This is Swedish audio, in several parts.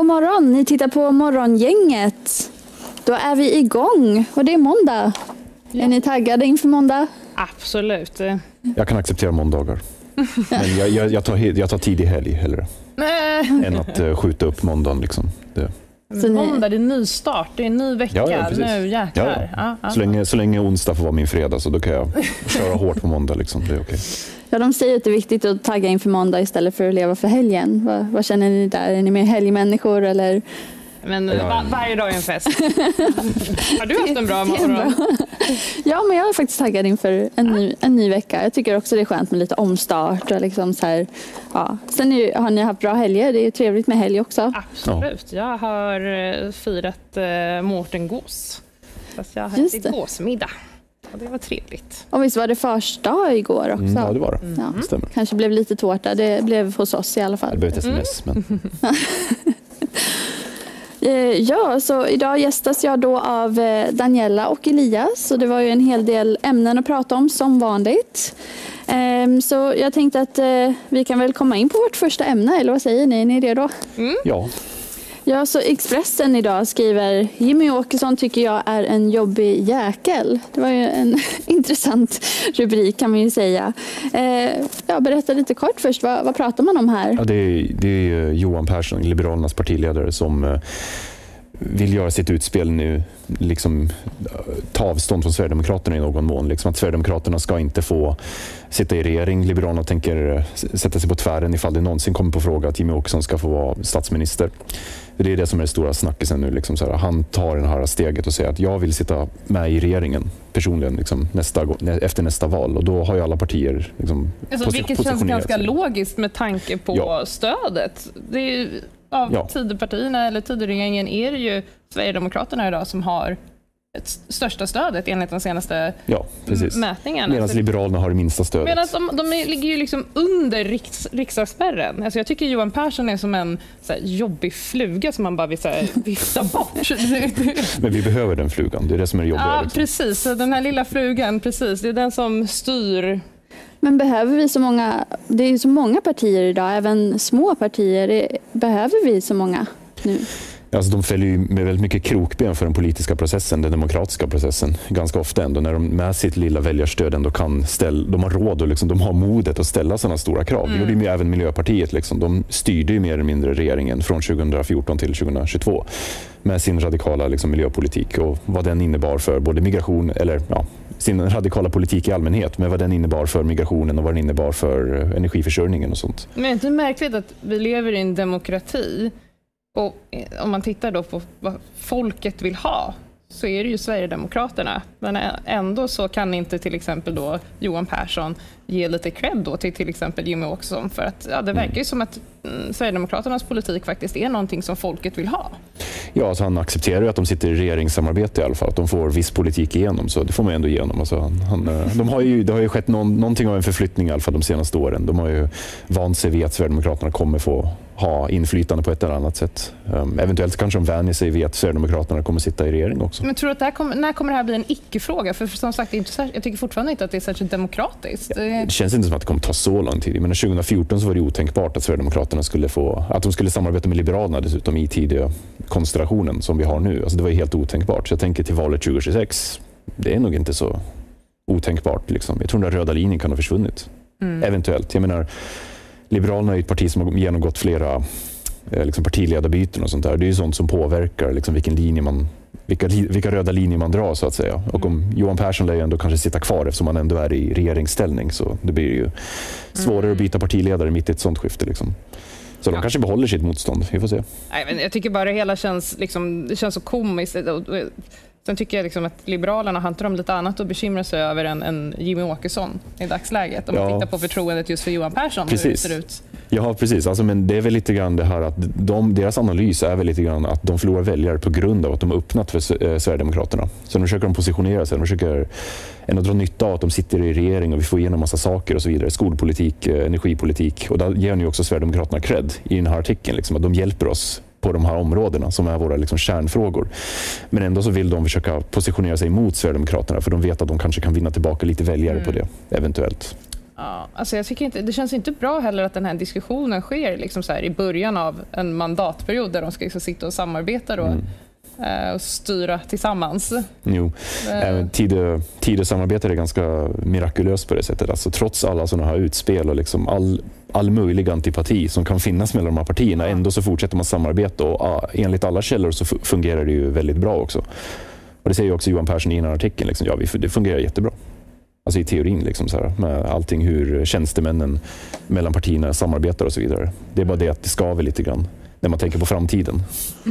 morgon. Ni tittar på Morgongänget. Då är vi igång och det är måndag. Ja. Är ni taggade inför måndag? Absolut. Jag kan acceptera måndagar. Men jag tar tidig helg hellre. Än att skjuta upp måndagen. Liksom. Måndag, det är ny start. Det är en ny vecka. Ja, nu jäklar. Ja. Så länge onsdag får vara min fredag så då kan jag köra hårt på måndag. Liksom. Det är okej. Ja, de säger att det är viktigt att tagga inför måndag istället för att leva för helgen. Vad känner ni där? Är ni mer helgmänniskor eller? Men varje dag är en fest. Har du haft en bra morgon? Ja, men jag är faktiskt taggad inför en ny vecka. Jag tycker också det är skönt med lite omstart. Och liksom så här, ja. Sen har ni haft bra helger. Det är ju trevligt med helg också. Absolut. Jag har firat Mårtengås. Fast jag har ätit gåsmiddag. Och det var trevligt. Och visst var det första igår också? Ja, det var det. Ja. Stämmer. Kanske blev lite tårta. Det blev hos oss i alla fall. Det blev ett sms, men... Ja, så idag gästas jag då av Daniela och Elias. Och det var ju en hel del ämnen att prata om som vanligt. Så jag tänkte att vi kan väl komma in på vårt första ämne, eller vad säger ni? Är ni redo? Ja. Ja, så Expressen idag skriver: Jimmy Åkesson tycker jag är en jobbig jäkel. Det var ju en intressant rubrik kan man ju säga. Jag berättar lite kort först, vad pratar man om här? Ja, det är Johan Persson, Liberalernas partiledare, som vill göra sitt utspel nu, liksom ta avstånd från Sverigedemokraterna i någon mån. Liksom att Sverigedemokraterna ska inte få sitta i regering. Liberalerna tänker sätta sig på tvären ifall det någonsin kommer på fråga att Jimmy Åkesson ska få vara statsminister. Det är det som är det stora snackisen nu. Liksom så här, han tar det här steget och säger att jag vill sitta med i regeringen personligen liksom, efter nästa val. Och då har ju alla partier liksom, vilket känns ganska logiskt med tanke på stödet. Det är ju, av Tidöpartierna eller Tidöregeringen är det ju Sverigedemokraterna idag som har ett största stödet enligt den senaste mätningen. Medan Liberalerna har det minsta stödet. Medan de ligger ju liksom under riksdagsspärren. Alltså jag tycker Johan Persson är som en så här, jobbig fluga som man bara vill så här, vifta bort. Men vi behöver den flugan, det är det som är det jobbiga. Ja, liksom. precis. Den här lilla flugan, precis. Det är den som styr. Men behöver vi så många? Det är ju så många partier idag, även små partier. Behöver vi så många nu? Alltså de fäller ju med väldigt mycket krokben för den politiska processen, den demokratiska processen, ganska ofta ändå, när de med sitt lilla väljarstöd ändå kan de har råd och liksom, de har modet att ställa sådana stora krav. Det gjorde ju även Miljöpartiet, liksom. De styrde ju mer eller mindre regeringen från 2014 till 2022 med sin radikala liksom, miljöpolitik och vad den innebar för både migration, eller sin radikala politik i allmänhet, men vad den innebar för migrationen och vad den innebar för energiförsörjningen och sånt. Men det är inte märkligt att vi lever i en demokrati. Och om man tittar då på vad folket vill ha så är det ju Sverigedemokraterna. Men ändå så kan inte till exempel då Johan Persson ge lite cred då till exempel Jimmy Åkesson. För att det verkar ju som att Sverigedemokraternas politik faktiskt är någonting som folket vill ha. Ja, alltså han accepterar ju att de sitter i regeringssamarbete i alla fall. Att de får viss politik igenom, så det får man ändå igenom. Alltså det har ju skett någonting av en förflyttning i alla fall de senaste åren. De har ju vant sig vid att Sverigedemokraterna kommer få ha inflytande på ett eller annat sätt. Eventuellt kanske de vänjer sig vid att Sverigedemokraterna kommer sitta i regering också. Men tror du att när kommer det här bli en icke-fråga? För som sagt, jag tycker fortfarande inte att det är särskilt demokratiskt. Det känns inte som att det kommer ta så lång tid. Men 2014 så var det otänkbart att Sverigedemokraterna skulle samarbeta med Liberalerna dessutom i tidiga konstellationen som vi har nu. Alltså det var ju helt otänkbart. Så jag tänker till valet 2026, det är nog inte så otänkbart. Liksom. Jag tror att den röda linjen kan ha försvunnit. Eventuellt. Jag menar, Liberalerna är ett parti som har genomgått flera partiledarbyten och sånt där. Det är ju sånt som påverkar liksom, vilka röda linjer man drar så att säga. Och om Johan Persson lär ju ändå kanske sitta kvar eftersom man ändå är i regeringsställning, så det blir ju svårare att byta partiledare mitt i ett sånt skifte liksom. Så de kanske behåller sitt motstånd, vi får se. Jag tycker bara det hela känns så komiskt. Sen tycker jag liksom att Liberalerna har inte de lite annat att bekymra sig över än Jimmy Åkesson i dagsläget. Om man tittar på förtroendet just för Johan Persson. Hur det ser ut. Ja, precis. Alltså, men det är väl lite grann det här att deras analys är väl lite grann att de förlorar väljare på grund av att de har öppnat för Sverigedemokraterna. Så de försöker positionera sig, de försöker ändå dra nytta av att de sitter i regering och vi får igenom massa saker och så vidare. Skolpolitik, energipolitik. Och där ger ni också Sverigedemokraterna cred i den här artikeln. Liksom, att de hjälper oss på de här områdena som är våra liksom, kärnfrågor. Men ändå så vill de försöka positionera sig mot Sverigedemokraterna för de vet att de kanske kan vinna tillbaka lite väljare på det, eventuellt. Ja, alltså jag tycker inte, det känns inte bra heller att den här diskussionen sker liksom så här i början av en mandatperiod där de ska liksom sitta och samarbeta då, och styra tillsammans. Jo, Tidösamarbetet är ganska mirakulöst på det sättet. Alltså, trots alla sådana här utspel och liksom all möjlig antipati som kan finnas mellan de här partierna, ändå så fortsätter man samarbeta och enligt alla källor så fungerar det ju väldigt bra också. Och det säger också Johan Persson i den här artikeln. Liksom, ja, det fungerar jättebra. Alltså i teorin, liksom, så här, med allting hur tjänstemännen mellan partierna samarbetar och så vidare. Det är bara det att det skaver lite grann när man tänker på framtiden.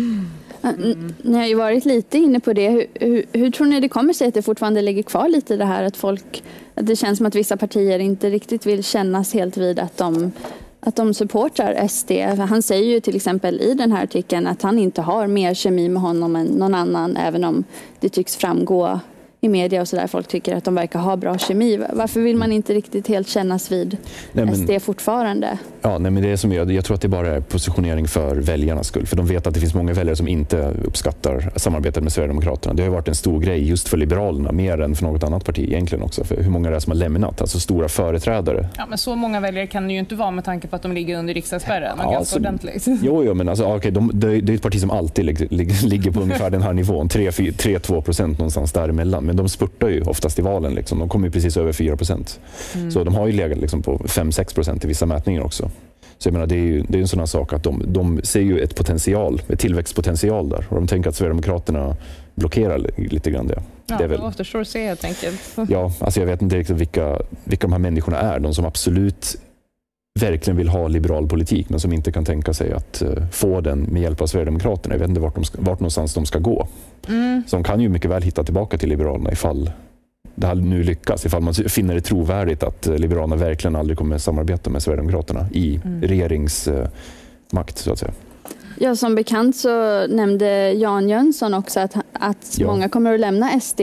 Ni har ju varit lite inne på det. Hur tror ni det kommer sig att det fortfarande ligger kvar lite det här att det känns som att vissa partier inte riktigt vill kännas helt vid att de supportar SD. Han säger ju till exempel i den här artikeln att han inte har mer kemi med honom än någon annan, även om det tycks framgå i media och så där. Folk tycker att de verkar ha bra kemi. Varför vill man inte riktigt helt kännas vid SD fortfarande? Ja, men det är som jag tror att det bara är positionering för väljarnas skull. För de vet att det finns många väljare som inte uppskattar samarbetet med Sverigedemokraterna. Det har varit en stor grej just för Liberalerna, mer än för något annat parti egentligen också. För hur många det är som har lämnat, alltså stora företrädare. Ja, men så många väljare kan det ju inte vara med tanke på att de ligger under riksdagsspärren. Ja, ganska ordentligt. Jo, men alltså, det är ett parti som alltid ligger på ungefär den här nivån. 3-2% någonstans däremellan. Men de spurtar ju oftast i valen. Liksom. De kommer ju precis över 4%. Så de har ju legat liksom på 5-6% i vissa mätningar också. Så jag menar, det är en sån här sak att de ser ju ett tillväxtpotential där. Och de tänker att Sverigedemokraterna blockerar lite grann det. Ja, det är väl, det återstår att se helt enkelt. Ja, alltså jag vet inte riktigt vilka de här människorna är. De som absolut verkligen vill ha liberal politik men som inte kan tänka sig att få den med hjälp av Sverigedemokraterna. Jag vet inte vart någonstans de ska gå. Så de kan ju mycket väl hitta tillbaka till Liberalerna ifall det här nu lyckas, ifall man finner det trovärdigt att Liberalerna verkligen aldrig kommer samarbeta med Sverigedemokraterna i regeringsmakt så att säga. Ja, som bekant så nämnde Jan Jönsson också att många kommer att lämna SD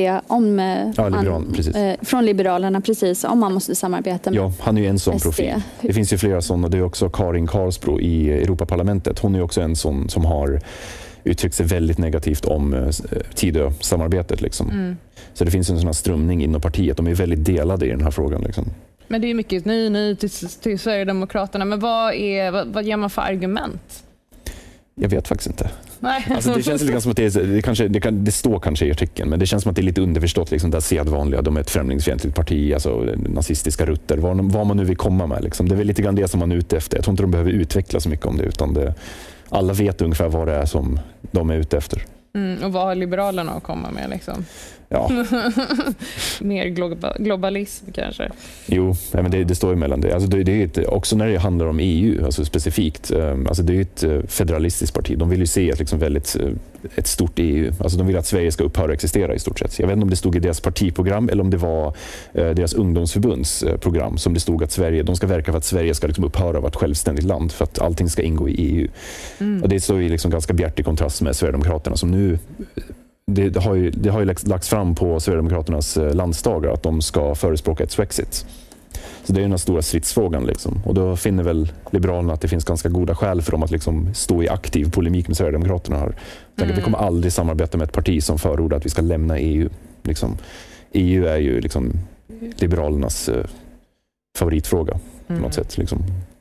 från Liberalerna precis om man måste samarbeta med han är ju en sån profil. Det finns ju flera sådana. Det är också Karin Karlsbro i Europaparlamentet. Hon är också en sån som har uttryckt sig väldigt negativt om Tidö-samarbetet. Liksom. Så det finns en sån här strömning inom partiet. De är väldigt delade i den här frågan. Liksom. Men det är mycket nej till Sverigedemokraterna. Men vad ger man för argument? Jag vet faktiskt inte. Alltså det känns lite som att det står kanske i artikeln, men det känns som att det är lite underförstått liksom, det sedvanliga, de är ett främlingsfientligt parti, alltså nazistiska rutter, vad man nu vill komma med. Liksom. Det är väl lite grann det som man är ute efter. Jag tror inte de behöver utveckla så mycket om det, utan alla vet ungefär vad det är som de är ute efter. Och vad har Liberalerna att komma med liksom? Ja. Mer globalism kanske. Jo, men det står ju mellan det. Alltså det är också när det handlar om EU, alltså specifikt. Alltså det är ett federalistiskt parti. De vill ju se ett stort EU. Alltså de vill att Sverige ska upphöra att existera i stort sett. Jag vet inte om det stod i deras partiprogram eller om det var deras ungdomsförbunds program som det stod att de ska verka för att Sverige ska liksom upphöra att vara ett självständigt land för att allting ska ingå i EU. Och det står ju liksom ganska bjärt i kontrast med Sverigedemokraterna som nu det har ju lagts fram på Sverigedemokraternas landsdagar att de ska förespråka ett Swexit. Så det är ju den stora stridsfrågan. Liksom. Och då finner väl Liberalerna att det finns ganska goda skäl för dem att liksom stå i aktiv polemik med Sverigedemokraterna här. Vi kommer aldrig samarbeta med ett parti som förordar att vi ska lämna EU. Liksom. EU är ju liksom Liberalernas favoritfråga på något sätt. Liksom.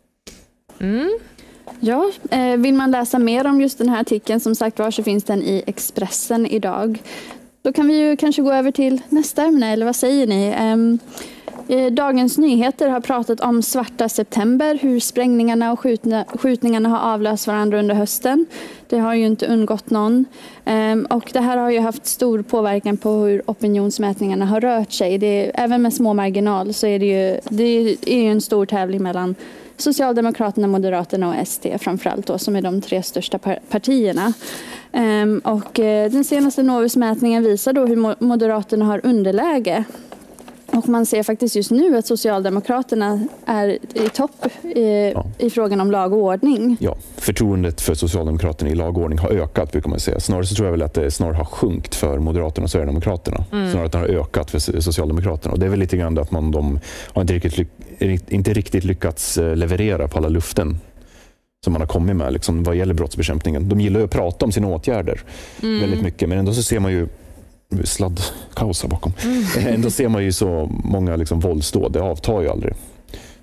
Ja, vill man läsa mer om just den här artikeln, som sagt var, så finns den i Expressen idag. Då kan vi ju kanske gå över till nästa ämne, eller vad säger ni? Dagens Nyheter har pratat om svarta september, hur sprängningarna och skjutningarna har avlöst varandra under hösten. Det har ju inte undgått någon. Och det här har ju haft stor påverkan på hur opinionsmätningarna har rört sig. Även med små marginal så är det är ju en stor tävling mellan Socialdemokraterna, Moderaterna och SD framförallt då, som är de 3 största partierna. Och den senaste Novus-mätningen visar då hur Moderaterna har underläge. Och man ser faktiskt just nu att Socialdemokraterna är i topp i frågan om lag och ordning. Ja, förtroendet för Socialdemokraterna i lag och ordning har ökat, brukar man säga. Snarare så tror jag väl att det snarare har sjunkit för Moderaterna och Sverigedemokraterna. Snarare att det har ökat för Socialdemokraterna. Och det är väl lite grann att de har inte riktigt lyckats leverera på alla luften som man har kommit med liksom, vad gäller brottsbekämpningen. De gillar ju att prata om sina åtgärder väldigt mycket, men ändå så ser man ju sladdkaos här bakom. Ändå ser man ju så många liksom våldsdåd, det avtar ju aldrig.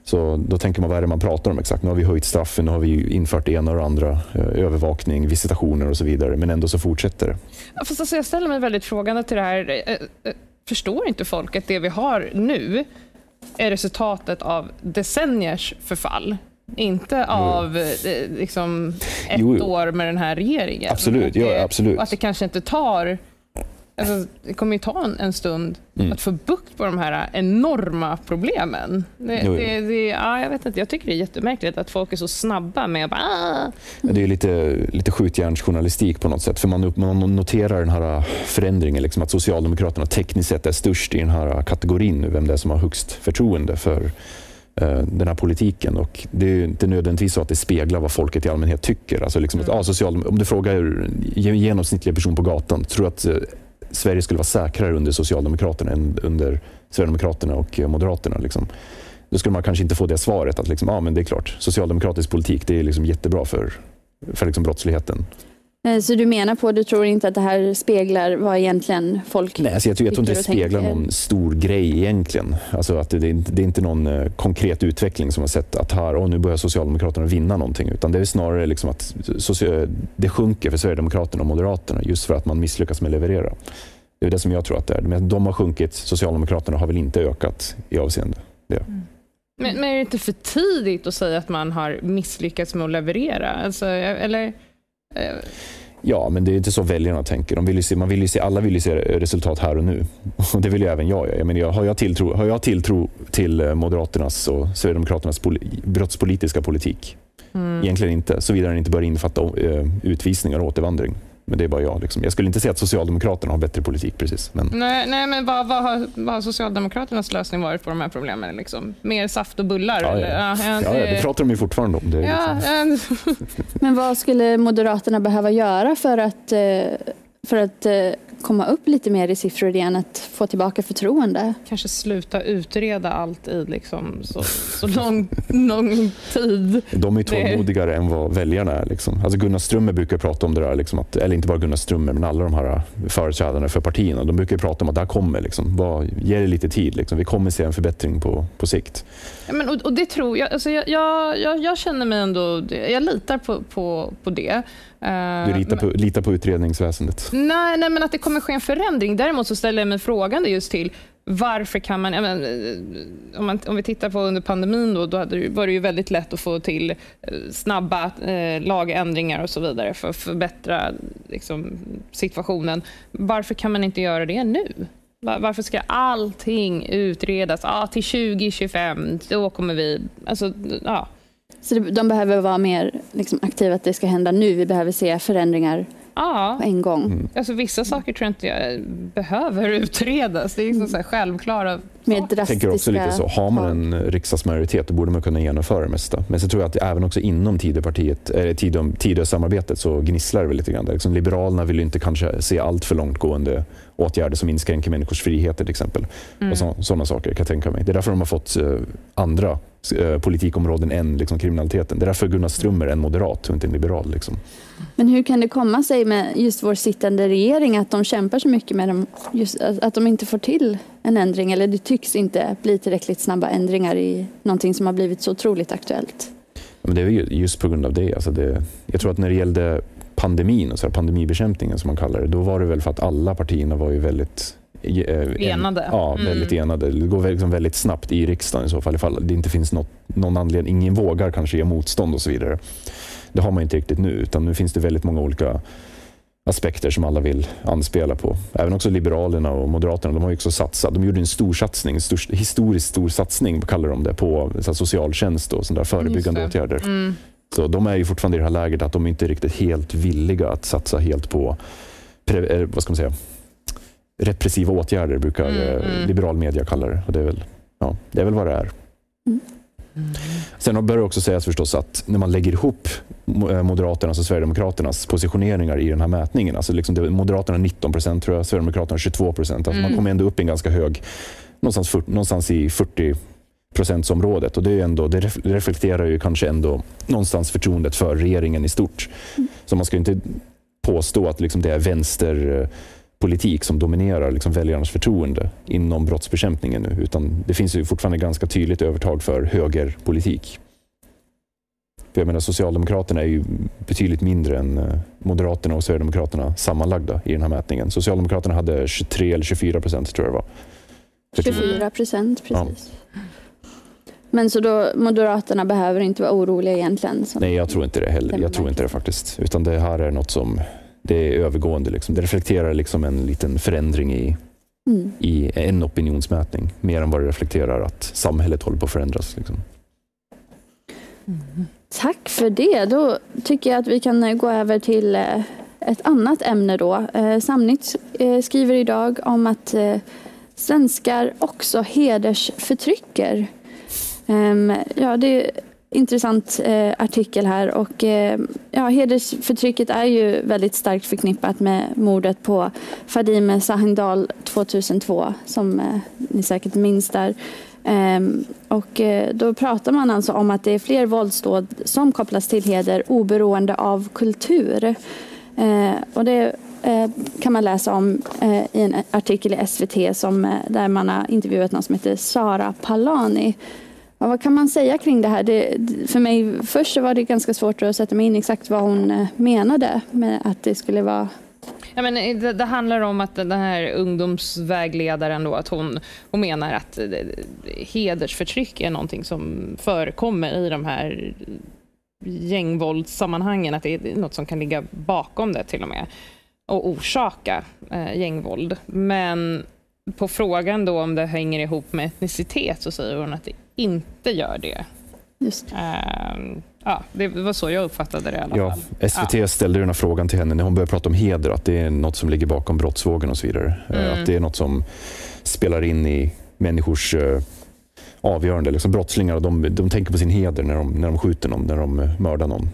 Så då tänker man, vad är det man pratar om exakt? Nu har vi höjt straffen, nu har vi infört det ena och det andra, övervakning, visitationer och så vidare. Men ändå så fortsätter det. Ja, fast alltså jag ställer mig väldigt frågande till det här. Förstår inte folk att det vi har nu är resultatet av decenniers förfall? Inte av liksom ett år med den här regeringen. Absolut, absolut. Och att det kanske inte tar... Alltså, det kommer ju ta en stund att få bukt på de här enorma problemen. Jag vet inte, jag tycker det är jättemärkligt att folk är så snabba med bara... Det är lite skjutjärnsjournalistik på något sätt. För man noterar den här förändringen, liksom, att Socialdemokraterna tekniskt sett är störst i den här kategorin nu, vem det är som har högst förtroende för den här politiken, och det är inte nödvändigtvis så att det speglar vad folket i allmänhet tycker. Alltså liksom om du frågar en genomsnittlig person på gatan, tror att Sverige skulle vara säkrare under Socialdemokraterna än under Sverigedemokraterna och Moderaterna. Liksom. Då skulle man kanske inte få det svaret att liksom, men det är klart, socialdemokratisk politik, det är liksom jättebra för liksom brottsligheten. Så du tror inte att det här speglar vad egentligen folk... Nej, alltså jag tror inte det speglar någon stor grej egentligen. Alltså att det är inte någon konkret utveckling som har sett att nu börjar Socialdemokraterna vinna någonting, utan det är snarare liksom att det sjunker för Sverigedemokraterna och Moderaterna just för att man misslyckas med att leverera. Det är det som jag tror att det är. Men de har sjunkit, Socialdemokraterna har väl inte ökat i avseende. Det. Men är det inte för tidigt att säga att man har misslyckats med att leverera? Alltså, eller... Ja, men det är inte så väljarna tänker. Alla vill ju se resultat här och nu. Och det vill ju även jag. Jag menar, har jag tilltro till Moderaternas och Sverigedemokraternas brottspolitiska politik? Egentligen inte, såvida den inte bör infatta utvisningar och återvandring. Men det är bara jag. Liksom. Jag skulle inte säga att Socialdemokraterna har bättre politik precis. Men... Nej, men vad har Socialdemokraternas lösning varit på de här problemen? Liksom? Mer saft och bullar? Det pratar de ju fortfarande om. Det liksom. Men vad skulle Moderaterna behöva göra för att komma upp lite mer i siffror igen, att få tillbaka förtroende? Kanske sluta utreda allt i liksom så lång tid. De är tålmodigare än vad väljarna är. Liksom. Alltså Gunnar Strömmer brukar prata om det där, liksom eller inte bara Gunnar Strömmer, men alla de här företrädarna för partierna, de brukar prata om att det här kommer. Liksom, ge det lite tid. Liksom. Vi kommer se en förbättring på sikt. Ja, men, och det tror jag. Alltså jag känner mig ändå, jag litar på det. Du litar på utredningsväsendet? Nej, men att det kommer ske en förändring. Däremot så ställer jag mig frågan just till varför kan man, om vi tittar på under pandemin då var det ju väldigt lätt att få till snabba lagändringar och så vidare för att förbättra liksom, situationen. Varför kan man inte göra det nu? Varför ska allting utredas? Till 2025, då kommer vi... Alltså, ja. Så de behöver vara mer liksom, aktiva, att det ska hända nu. Vi behöver se förändringar på en gång. Alltså, vissa saker tror jag inte behöver utredas. Det är liksom så här självklara saker. Jag tänker också lite så. Har man en riksdagsmajoritet, då borde man kunna genomföra det mesta. Men så tror jag att även också inom Tidösamarbetet så gnisslar det väl lite grann. Liksom, Liberalerna vill ju inte kanske se allt för långtgående åtgärder som inskränker människors friheter till exempel. Och sådana saker kan jag tänka mig. Det är därför de har fått andra politikområden än liksom, kriminaliteten. Det är därför Gunnar Strömmer är en moderat och inte en liberal. Liksom. Men hur kan det komma sig med just vår sittande regering att de kämpar så mycket med dem, just att de inte får till en ändring, eller det tycks inte bli tillräckligt snabba ändringar i någonting som har blivit så otroligt aktuellt? Men det är just på grund av det. Alltså jag tror att när det gällde pandemin och så här, pandemibekämpningen som man kallar det, då var det väl för att alla partierna var ju väldigt enade. Väldigt enade. Det går liksom väldigt snabbt i riksdagen i så fall, ifall det inte finns någon anledning. Ingen vågar kanske ge motstånd och så vidare. Det har man inte riktigt nu, utan nu finns det väldigt många olika aspekter som alla vill anspela på. Även också Liberalerna och Moderaterna, de har ju också satsat. De gjorde en stor satsning, historiskt stor satsning, kallar de det, på socialtjänst och sådana där förebyggande åtgärder. Så de är ju fortfarande i det här läget att de inte är riktigt helt villiga att satsa helt på vad ska man säga, repressiva åtgärder, brukar liberal media kalla det. Och det är väl vad det är. Sen bör det också sägas förstås att när man lägger ihop Moderaternas och Sverigedemokraternas positioneringar i den här mätningen, alltså liksom Moderaterna 19% tror jag, Sverigedemokraterna 22%. Alltså man kommer ändå upp i en ganska hög, någonstans i 40%-området, och det är ändå, det reflekterar ju kanske ändå någonstans förtroendet för regeringen i stort. Så man ska ju inte påstå att liksom det är vänster politik som dominerar liksom väljarnas förtroende inom brottsbekämpningen nu, utan det finns ju fortfarande ganska tydligt övertag för högerpolitik. För jag menar, Socialdemokraterna är ju betydligt mindre än Moderaterna och Sverigedemokraterna sammanlagda i den här mätningen. Socialdemokraterna hade 23 eller 24% tror jag det var. 24%, precis. Ja. Men så då Moderaterna behöver inte vara oroliga egentligen? Nej, jag tror inte det heller. Jag tror inte det faktiskt. Utan det här är något som det är övergående. Liksom. Det reflekterar liksom en liten förändring i en opinionsmätning. Mer än vad det reflekterar att samhället håller på att förändras. Liksom. Tack för det. Då tycker jag att vi kan gå över till ett annat ämne då. Samnytt skriver idag om att svenskar också hedersförtrycker. Ja, det är en intressant artikel här och hedersförtrycket är ju väldigt starkt förknippat med mordet på Fadime Sahindal 2002 som ni säkert minns där. Och då pratar man alltså om att det är fler våldsdåd som kopplas till heder oberoende av kultur. Och det kan man läsa om i en artikel i SVT där man har intervjuat någon som heter Sara Palani. Och vad kan man säga kring det här? För mig först så var det ganska svårt att sätta mig in exakt vad hon menade med att det skulle vara. Ja, men det handlar om att den här ungdomsvägledaren då, att hon menar att hedersförtryck är någonting som förekommer i de här gängvåldssammanhangen, att det är något som kan ligga bakom det till och med och orsaka gängvåld. Men på frågan då om det hänger ihop med etnicitet så säger hon att det inte gör det. Just. Ja, det var så jag uppfattade det i alla fall. SVT ställde den här frågan till henne när hon började prata om heder, att det är något som ligger bakom brottsvågen och så vidare. Att det är något som spelar in i människors avgörande. Liksom brottslingar, de tänker på sin heder när de skjuter någon, när de mördar någon,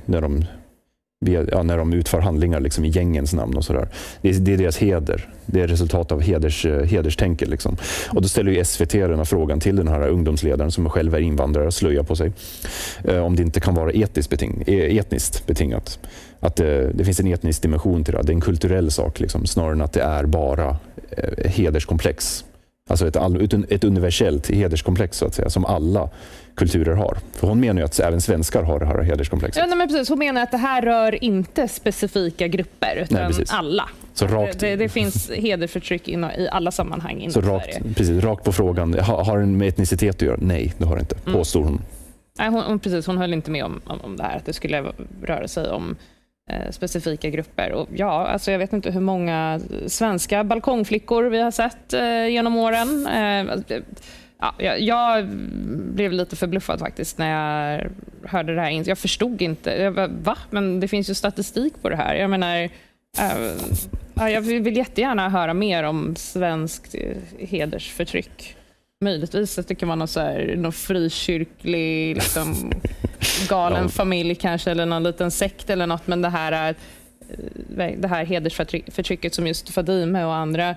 när de utför handlingar liksom i gängens namn och sådär. Det är deras heder. Det är resultat av hederstänket. Liksom. Och då ställer ju SVT den här frågan till den här ungdomsledaren som själv är invandrare och slöjar på sig. Om det inte kan vara etniskt betingat. Att det finns en etnisk dimension till det. Det är en kulturell sak liksom, snarare än att det är bara hederskomplex. Alltså ett universellt hederskomplex så att säga, som alla kulturer har. För hon menar ju att även svenskar har det här hederskomplexet. Ja, men precis. Hon menar att det här rör inte specifika grupper utan alla. Så det finns hedersförtryck i alla sammanhang inom Sverige. Precis, rakt på frågan. Har den med etnicitet att göra? Nej, det har det inte. Påstår hon. Nej, hon höll inte med om det här, att det skulle röra sig om specifika grupper. Och ja, alltså jag vet inte hur många svenska balkongflickor vi har sett genom åren. Jag blev lite förbluffad faktiskt när jag hörde det här. Jag förstod inte. Men det finns ju statistik på det här. Jag menar, jag vill jättegärna höra mer om svenskt hedersförtryck. Möjligtvis så tycker man någon frikyrklig liksom, galen familj kanske, eller någon liten sekt eller något, men det här hedersförtrycket som just Fadime och andra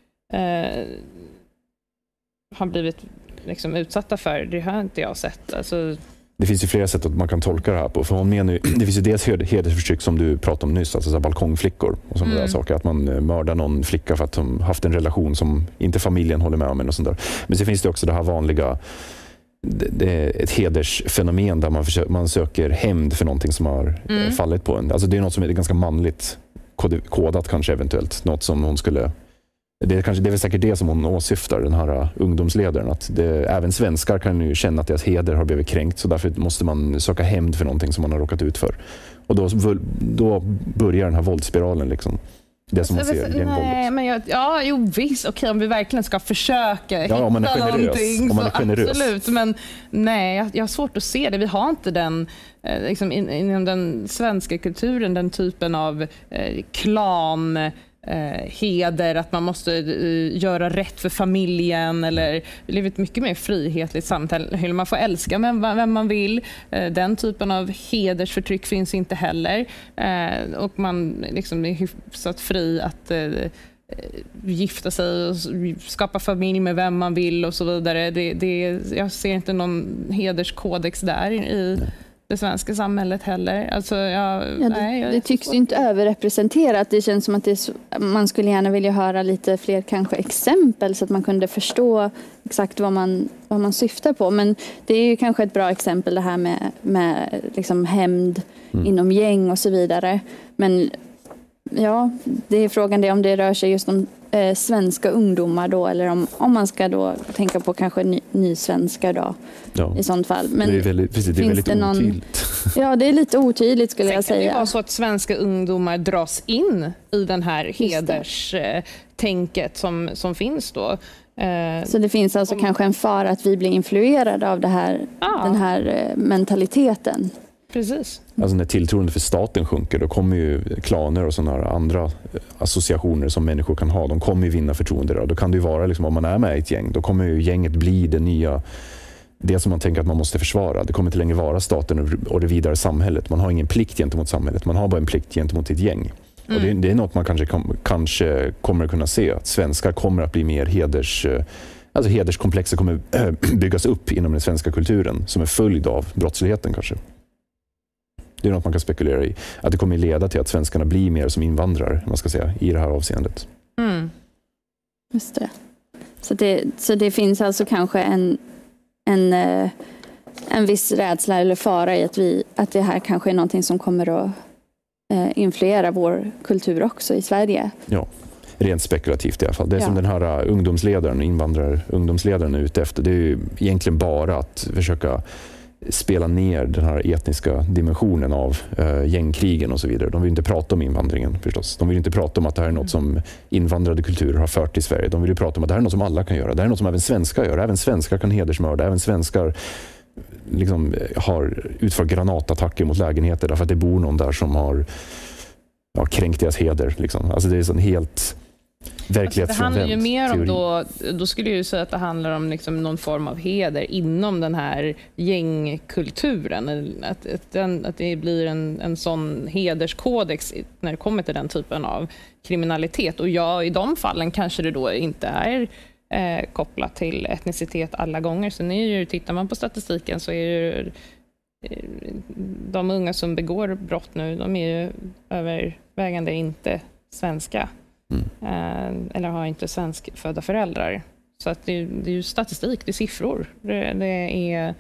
har blivit liksom utsatta för, det har inte jag sett. Alltså, det finns ju flera sätt att man kan tolka det här på. För hon menar ju, det finns ju dels hedersförtryck som du pratade om nyss, alltså så balkongflickor och sådana där saker. Att man mördar någon flicka för att de haft en relation som inte familjen håller med om. Och sånt där. Men så finns det också det här vanliga, det är ett hedersfenomen där man söker hämnd för någonting som har fallit på en. Alltså det är något som är ganska manligt kodat kanske eventuellt. Något som hon skulle... Det är väl säkert det som hon åsyftar, den här ungdomsledaren. Att även svenskar kan ju känna att deras heder har blivit kränkt, så därför måste man söka hämnd för någonting som man har råkat ut för. Och då börjar den här våldsspiralen liksom. Det som man ser gängvåldet. Men visst. Okej, om vi verkligen ska försöka hitta om man är generös. någonting. Om man är generös. Absolut, men nej, jag har svårt att se det. Vi har inte den, liksom, inom den svenska kulturen, den typen av klan... heder, att man måste göra rätt för familjen, eller vi lever ett mycket mer frihetligt samhälle. Man får älska vem man vill. Den typen av hedersförtryck finns inte heller. Och man liksom är hyfsat fri att gifta sig och skapa familj med vem man vill och så vidare. Jag ser inte någon hederskodex där det svenska samhället heller. Alltså, det tycks ju inte överrepresenterat. Det känns som att man skulle gärna vilja höra lite fler kanske exempel så att man kunde förstå exakt vad man syftar på. Men det är ju kanske ett bra exempel det här med liksom hämnd inom gäng och så vidare. Men ja, det är frågan det om det rör sig just om svenska ungdomar då, eller om man ska då tänka på kanske nysvenskar då i sånt fall. Men det är väldigt otydligt. Ja, det är lite otydligt skulle jag säga. Kan det vara så att svenska ungdomar dras in i den här hederstänket som finns då? Så det finns alltså kanske en fara att vi blir influerade av den här mentaliteten. Precis. Alltså när tilltron för staten sjunker, då kommer ju klaner och sådana andra associationer som människor kan ha, de kommer ju vinna förtroende. Då kan det ju vara, liksom, om man är med i ett gäng, då kommer ju gänget bli det som man tänker att man måste försvara. Det kommer inte längre vara staten och det vidare samhället. Man har ingen plikt gentemot samhället, man har bara en plikt gentemot ett gäng. Och det är något man kanske kommer att kunna se, att svenskar kommer att bli mer hederskomplexer kommer byggas upp inom den svenska kulturen som en följd av brottsligheten kanske. Det är något man kan spekulera i. Att det kommer leda till att svenskarna blir mer som invandrare, man ska säga, i det här avseendet. Just det. Så det finns alltså kanske en viss rädsla eller fara i att det här kanske är någonting som kommer att influera vår kultur också i Sverige. Ja, rent spekulativt i alla fall. Det är som den här ungdomsledaren är ute efter. Det är ju egentligen bara att försöka spela ner den här etniska dimensionen av gängkrigen och så vidare. De vill inte prata om invandringen förstås. De vill inte prata om att det här är något som invandrade kulturer har fört till Sverige. De vill ju prata om att det här är något som alla kan göra. Det här är något som även svenskar gör. Även svenskar kan hedersmörda. Även svenskar liksom har utfört granatattacker mot lägenheter därför att det bor någon där som har kränkt deras heder. Liksom. Alltså det är sån helt verklighetsfrånvänd teori. Det handlar ju mer om då skulle jag ju säga att det handlar om liksom någon form av heder inom den här gängkulturen. Att det blir en sån hederskodex när det kommer till den typen av kriminalitet. Och i de fallen kanske det då inte är kopplat till etnicitet alla gånger. Så tittar man på statistiken så är ju de unga som begår brott nu, de är ju övervägande inte svenska. Eller har inte svenskfödda föräldrar. Så att det är ju statistik, det är siffror. Det är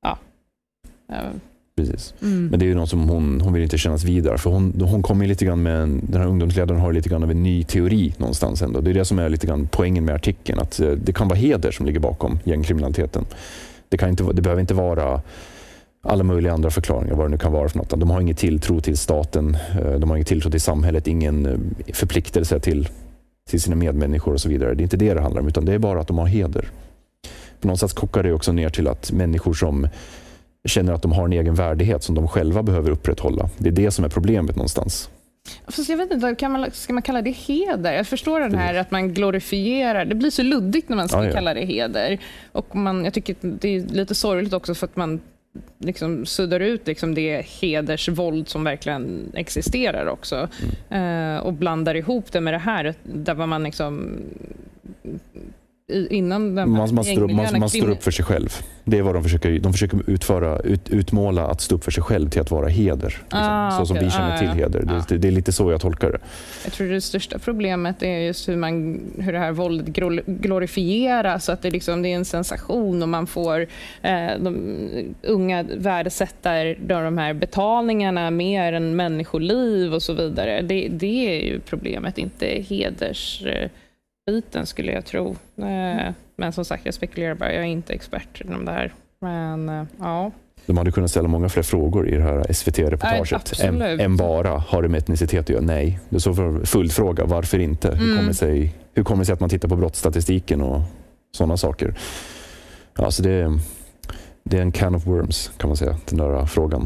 Precis. Men det är ju något som hon vill inte kännas vidare. För hon kommer lite grann med den här ungdomsledaren har lite grann av en ny teori någonstans ändå. Det är det som är lite grann poängen med artikeln. Att det kan vara heder som ligger bakom gängkriminaliteten. Det behöver inte vara alla möjliga andra förklaringar vad det nu kan vara för något. De har ingen tilltro till staten, de har ingen tilltro till samhället, ingen förpliktelse till sina medmänniskor och så vidare. Det är inte det handlar om, utan det är bara att de har heder. På något sätt kokar det också ner till att människor som känner att de har en egen värdighet som de själva behöver upprätthålla. Det är det som är problemet någonstans. Fast jag vet inte, ska man kalla det heder? Jag förstår den här att man glorifierar. Det blir så luddigt när man ska kalla det heder. Och jag tycker det är lite sorgligt också för att man liksom suddar ut liksom det hedersvåld som verkligen existerar också. Och blandar ihop det med det här där var man liksom innan man står upp för sig själv. Det är vad de försöker utmåla att stå upp för sig själv till att vara heder. Liksom. Så som vi känner till heder. Det är lite så jag tolkar det. Jag tror det största problemet är just hur det här våldet glorifieras, så att det är en sensation och man får de unga värdesätter de här betalningarna mer än människoliv och så vidare. Det är ju problemet, inte hedersbiten skulle jag tro. Men som sagt, jag spekulerar bara, jag är inte expert inom det här. Men ja. De hade kunnat ställa många fler frågor i det här SVT-reportaget än bara, har det med etnicitet att göra? Nej. Det är så för fullt fråga, varför inte? Hur kommer det sig att man tittar på brottsstatistiken och sådana saker? Alltså det är en can of worms kan man säga, den där frågan.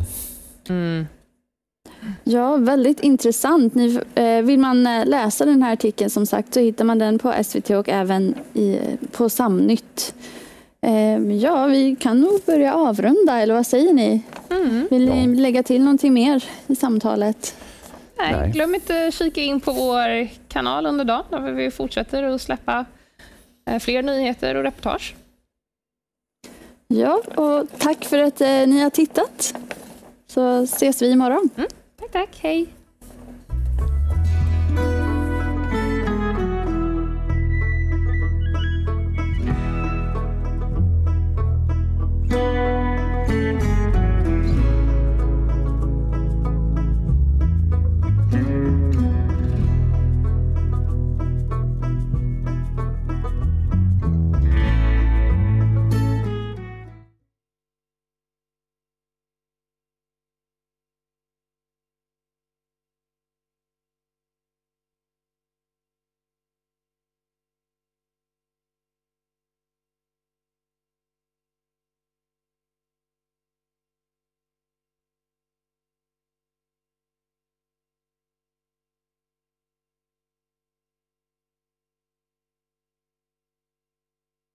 Ja, väldigt intressant. Vill man läsa den här artikeln som sagt så hittar man den på SVT och även på Samnytt. Ja, vi kan nog börja avrunda, eller vad säger ni? Vill ni lägga till någonting mer i samtalet? Nej, glöm inte kika in på vår kanal under dagen där vi fortsätter att släppa fler nyheter och reportage. Ja, och tack för att ni har tittat. Så ses vi imorgon. Tack, hej.